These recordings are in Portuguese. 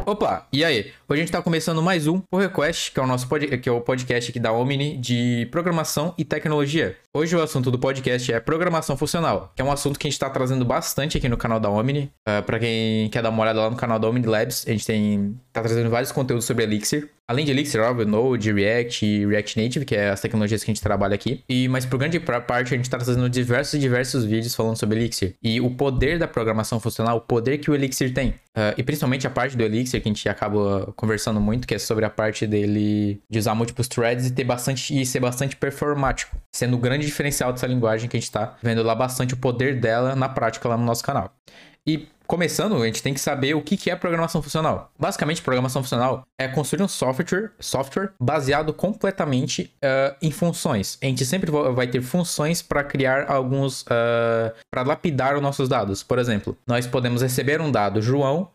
Opa, e aí? Hoje a gente tá começando mais um Pull Request, que é o nosso que é o podcast aqui da Omni de programação e tecnologia. Hoje o assunto do podcast é programação funcional, que é um assunto que a gente tá trazendo bastante aqui no canal da Omni. Pra quem quer dar uma olhada lá no canal da Omni Labs, a gente tá trazendo vários conteúdos sobre Elixir. Além de Elixir, óbvio, Node, React e React Native, que é as tecnologias que a gente trabalha aqui. Mas por grande parte, a gente tá trazendo diversos vídeos falando sobre Elixir. E o poder da programação funcional, o poder que o Elixir tem. E principalmente a parte do Elixir, que a gente acaba conversando muito, que é sobre a parte dele de usar múltiplos threads e ser bastante performático. Sendo o grande diferencial dessa linguagem que a gente tá vendo lá bastante o poder dela na prática lá no nosso canal. E começando, a gente tem que saber o que é programação funcional. Basicamente, programação funcional é construir um software baseado completamente em funções. A gente sempre vai ter funções para criar alguns... para lapidar os nossos dados. Por exemplo, nós podemos receber um dado João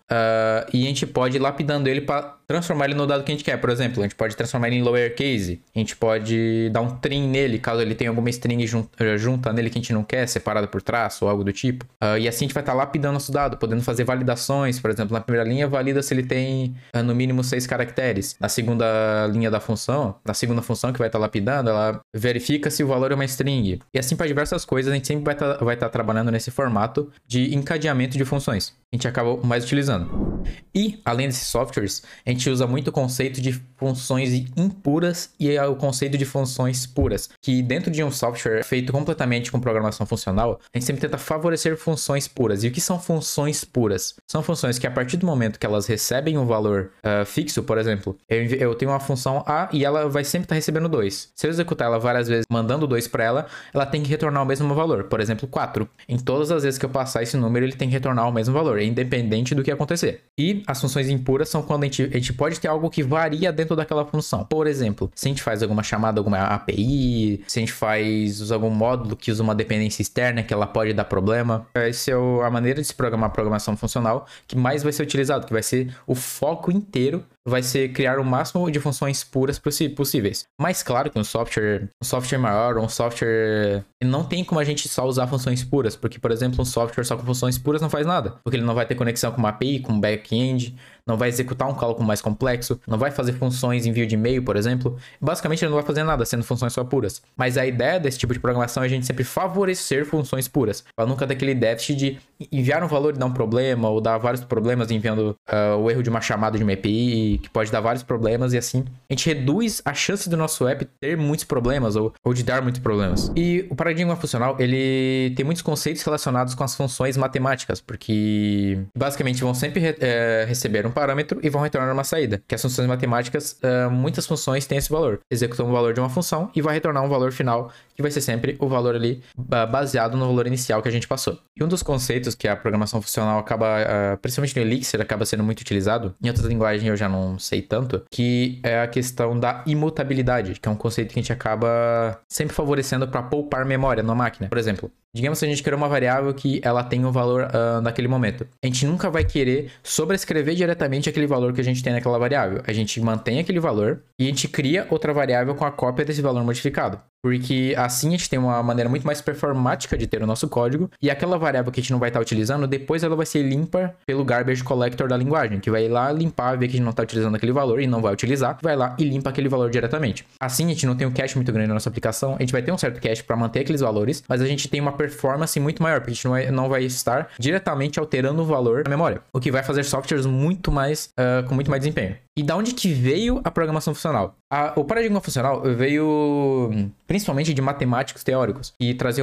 e a gente pode ir lapidando ele para transformar ele no dado que a gente quer. Por exemplo, a gente pode transformar ele em lowercase. A gente pode dar um trim nele, caso ele tenha alguma string junta nele que a gente não quer, separada por traço ou algo do tipo. E assim a gente vai estar lapidando nosso dado, podendo fazer validações. Por exemplo, na primeira linha valida se ele tem no mínimo 6 caracteres. Na segunda linha da função, na segunda função que vai estar lapidando, ela verifica se o valor é uma string. E assim para diversas coisas, a gente sempre vai estar trabalhando nesse formato de encadeamento de funções. A gente acaba mais utilizando. E, além desses softwares, a gente usa muito o conceito de funções impuras e o conceito de funções puras. Que dentro de um software feito completamente com programação funcional, a gente sempre tenta favorecer funções puras. E o que são funções puras? São funções que, a partir do momento que elas recebem um valor fixo, por exemplo, eu tenho uma função A e ela vai sempre estar recebendo 2. Se eu executar ela várias vezes mandando 2 para ela tem que retornar o mesmo valor. Por exemplo, 4. Em todas as vezes que eu passar esse número, ele tem que retornar o mesmo valor, independente do que acontecer. E as funções impuras são quando a gente pode ter algo que varia dentro daquela função. Por exemplo, se a gente faz alguma chamada, alguma API, se a gente usa algum módulo que usa uma dependência externa que ela pode dar problema. Essa é a maneira de se programar programação funcional que mais vai ser utilizado, que vai ser o foco inteiro, vai ser criar o máximo de funções puras possíveis. Mas claro que um software maior, um software... não tem como a gente só usar funções puras, porque, por exemplo, um software só com funções puras não faz nada, porque ele não vai ter conexão com uma API, com um back-end, não vai executar um cálculo mais complexo, não vai fazer funções envio de e-mail, por exemplo. Basicamente, ele não vai fazer nada sendo funções só puras. Mas a ideia desse tipo de programação é a gente sempre favorecer funções puras, para nunca ter aquele déficit de enviar um valor e dar um problema, ou dar vários problemas enviando o erro de uma chamada de uma API, que pode dar vários problemas, e assim a gente reduz a chance do nosso app ter muitos problemas, ou de dar muitos problemas. E o paradigma funcional, ele tem muitos conceitos relacionados com as funções matemáticas, porque basicamente vão sempre receber um parâmetro e vão retornar uma saída. Que as funções matemáticas, muitas funções têm esse valor. Executam o valor de uma função e vai retornar um valor final, que vai ser sempre o valor ali baseado no valor inicial que a gente passou. E um dos conceitos que a programação funcional acaba, principalmente no Elixir, acaba sendo muito utilizado, em outras linguagens eu já não sei tanto, que é a questão da imutabilidade, que é um conceito que a gente acaba sempre favorecendo para poupar memória na máquina. Por exemplo, digamos que a gente quer uma variável que ela tem um valor naquele momento. A gente nunca vai querer sobrescrever diretamente aquele valor que a gente tem naquela variável. A gente mantém aquele valor e a gente cria outra variável com a cópia desse valor modificado. Porque assim a gente tem uma maneira muito mais performática de ter o nosso código, e aquela variável que a gente não vai estar utilizando, depois ela vai ser limpa pelo garbage collector da linguagem, que vai ir lá limpar, ver que a gente não está utilizando aquele valor e não vai utilizar, vai lá e limpa aquele valor diretamente. Assim a gente não tem um cache muito grande na nossa aplicação, a gente vai ter um certo cache para manter aqueles valores, mas a gente tem uma performance muito maior, porque a gente não vai estar diretamente alterando o valor da memória, o que vai fazer softwares muito mais, com muito mais desempenho. E da onde que veio a programação funcional? O paradigma funcional veio principalmente de matemáticos teóricos, que traziam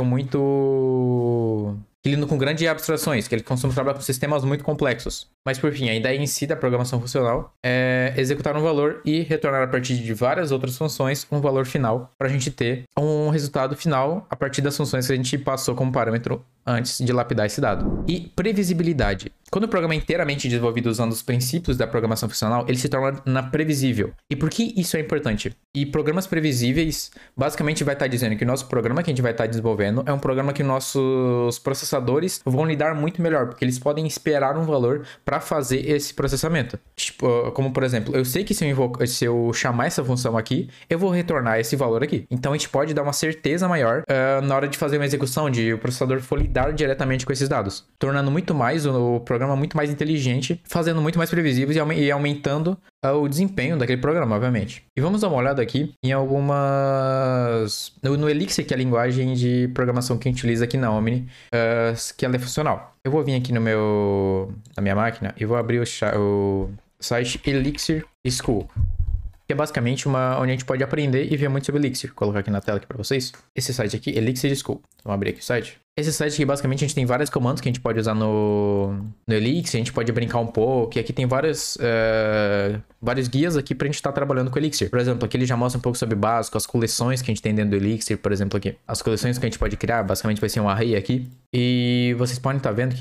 muito... lidam com grandes abstrações, que eles costumam trabalhar com sistemas muito complexos. Mas, por fim, a ideia em si da programação funcional é executar um valor e retornar a partir de várias outras funções um valor final, para a gente ter um resultado final a partir das funções que a gente passou como parâmetro antes de lapidar esse dado. E previsibilidade. Quando o programa é inteiramente desenvolvido usando os princípios da programação funcional, ele se torna previsível. E por que isso é importante? E programas previsíveis, basicamente vai estar dizendo que o nosso programa que a gente vai estar desenvolvendo é um programa que nossos processadores vão lidar muito melhor, porque eles podem esperar um valor para fazer esse processamento. Tipo, como por exemplo, eu sei que se eu chamar essa função aqui, eu vou retornar esse valor aqui. Então a gente pode dar uma certeza maior na hora de fazer uma execução, de o processador for lidar diretamente com esses dados, tornando muito mais o programa programa muito mais inteligente, fazendo muito mais previsíveis e aumentando o desempenho daquele programa, obviamente. E vamos dar uma olhada aqui em algumas... No Elixir, que é a linguagem de programação que a gente utiliza aqui na Omni, que ela é funcional. Eu vou vir aqui na minha máquina e vou abrir o site Elixir School, que é basicamente onde a gente pode aprender e ver muito sobre Elixir. Vou colocar aqui na tela aqui para vocês. Esse site aqui, Elixir School. Vamos abrir aqui o site. Esse site aqui, basicamente, a gente tem vários comandos que a gente pode usar no Elixir. A gente pode brincar um pouco. E aqui tem vários guias aqui pra gente estar trabalhando com o Elixir. Por exemplo, aqui ele já mostra um pouco sobre o básico, as coleções que a gente tem dentro do Elixir. Por exemplo, aqui. As coleções que a gente pode criar, basicamente vai ser um array aqui. E vocês podem estar vendo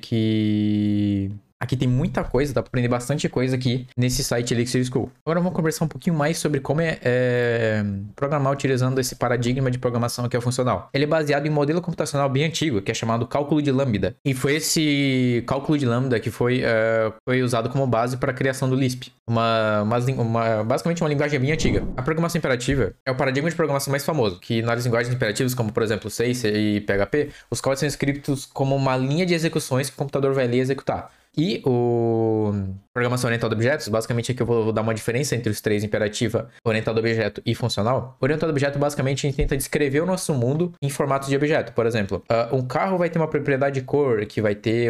que aqui tem muita coisa, dá pra aprender bastante coisa aqui nesse site Elixir School. Agora vamos conversar um pouquinho mais sobre como programar utilizando esse paradigma de programação que é funcional. Ele é baseado em um modelo computacional bem antigo, que é chamado cálculo de lambda. E foi esse cálculo de lambda que foi usado como base para a criação do Lisp. Basicamente uma linguagem bem antiga. A programação imperativa é o paradigma de programação mais famoso, que nas linguagens imperativas, como por exemplo C, C e PHP, os códigos são escritos como uma linha de execuções que o computador vai ler e executar. E o programação orientada a objetos, basicamente aqui eu vou dar uma diferença entre os três, imperativa, orientada a objeto e funcional. Orientada a objeto, basicamente, a gente tenta descrever o nosso mundo em formatos de objeto. Por exemplo, um carro vai ter uma propriedade de cor, que vai ter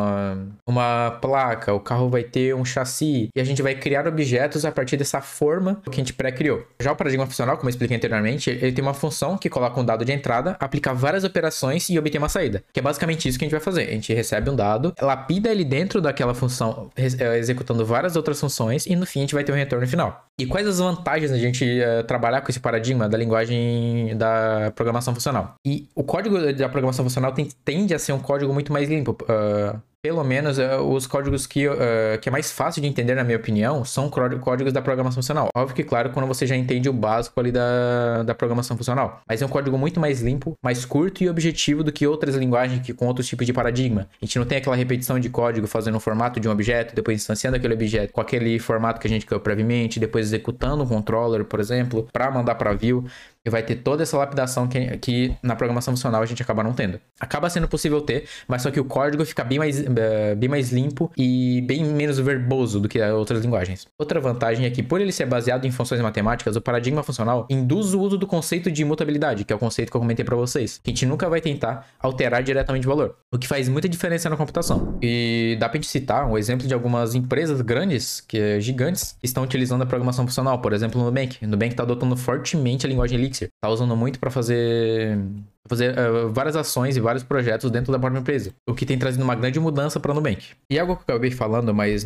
uma placa, o carro vai ter um chassi, e a gente vai criar objetos a partir dessa forma que a gente pré-criou. Já o paradigma funcional, como eu expliquei anteriormente, ele tem uma função que coloca um dado de entrada, aplica várias operações e obtém uma saída. Que é basicamente isso que a gente vai fazer. A gente recebe um dado, lapida ele dentro daquela função, executando várias outras funções, e no fim a gente vai ter um retorno final. E quais as vantagens da gente trabalhar com esse paradigma da linguagem da programação funcional? E o código da programação funcional tende a ser um código muito mais limpo. Pelo menos os códigos que é mais fácil de entender, na minha opinião, são códigos da programação funcional. Óbvio que, claro, quando você já entende o básico ali da programação funcional. Mas é um código muito mais limpo, mais curto e objetivo do que outras linguagens com outros tipos de paradigma. A gente não tem aquela repetição de código fazendo um formato de um objeto, depois instanciando aquele objeto com aquele formato que a gente criou previamente, depois executando um controller, por exemplo, para mandar para view. E vai ter toda essa lapidação que na programação funcional a gente acaba não tendo. Acaba sendo possível ter, mas só que o código fica bem mais limpo e bem menos verboso do que outras linguagens. Outra vantagem é que, por ele ser baseado em funções matemáticas, o paradigma funcional induz o uso do conceito de imutabilidade, que é o conceito que eu comentei para vocês, que a gente nunca vai tentar alterar diretamente o valor, o que faz muita diferença na computação. E dá pra gente citar um exemplo de algumas empresas grandes, gigantes, que estão utilizando a programação funcional. Por exemplo, o Nubank. O Nubank está adotando fortemente a linguagem Elixir. Tá usando muito para fazer várias ações e vários projetos dentro da própria empresa, o que tem trazido uma grande mudança para a Nubank. E algo que eu acabei falando, mas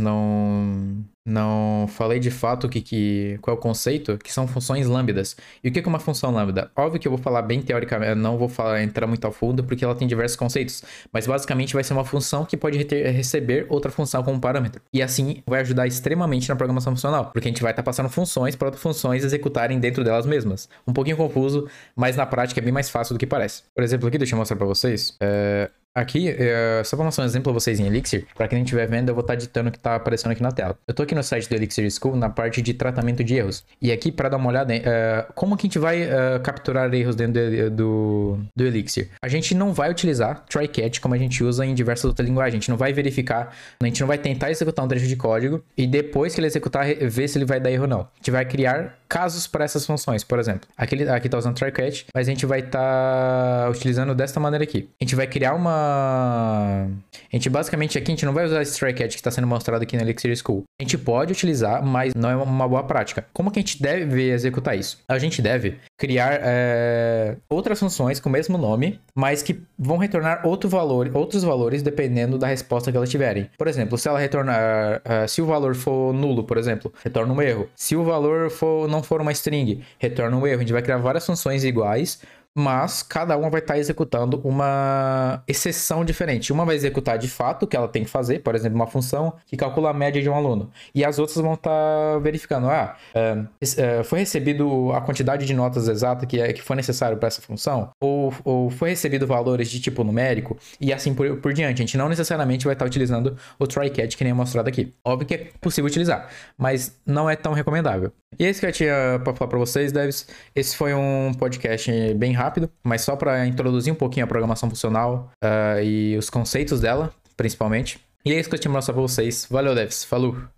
não falei de fato qual é o conceito, que são funções lambdas. E o que é uma função lambda? Óbvio que eu vou falar bem teoricamente, não vou entrar muito ao fundo, porque ela tem diversos conceitos, mas basicamente vai ser uma função que pode receber outra função como parâmetro. E assim vai ajudar extremamente na programação funcional, porque a gente vai estar passando funções para outras funções executarem dentro delas mesmas. Um pouquinho confuso, mas na prática é bem mais fácil do que parece. Por exemplo, aqui, deixa eu mostrar para vocês. Aqui, só para mostrar um exemplo para vocês em Elixir, para quem não estiver vendo, eu vou estar ditando o que está aparecendo aqui na tela. Eu tô aqui no site do Elixir School, na parte de tratamento de erros. E aqui, para dar uma olhada, como que a gente vai capturar erros dentro do Elixir? A gente não vai utilizar try-catch como a gente usa em diversas outras linguagens. A gente não vai verificar, a gente não vai tentar executar um trecho de código e depois que ele executar, ver se ele vai dar erro ou não. A gente vai criar casos para essas funções, por exemplo. Aqui está usando try-catch, mas a gente vai estar utilizando desta maneira aqui. A gente vai criar a gente basicamente aqui, a gente não vai usar esse try-catch que está sendo mostrado aqui no Elixir School. A gente pode utilizar, mas não é uma boa prática. Como que a gente deve executar isso? A gente deve criar outras funções com o mesmo nome, mas que vão retornar outros valores dependendo da resposta que elas tiverem. Por exemplo, se ela retornar, se o valor for nulo, por exemplo, retorna um erro. Se o valor não for uma string, retorna um erro. A gente vai criar várias funções iguais, mas cada uma vai estar executando uma exceção diferente. Uma vai executar de fato o que ela tem que fazer, por exemplo, uma função que calcula a média de um aluno. E as outras vão estar verificando, foi recebido a quantidade de notas exata que foi necessário para essa função? Ou foi recebido valores de tipo numérico? E assim por diante. A gente não necessariamente vai estar utilizando o try-catch que nem é mostrado aqui. Óbvio que é possível utilizar, mas não é tão recomendável. E é isso que eu tinha para falar para vocês, devs. Esse foi um podcast bem rápido, mas só para introduzir um pouquinho a programação funcional e os conceitos dela, principalmente. E é isso que eu tinha pra mostrar pra vocês. Valeu, devs. Falou!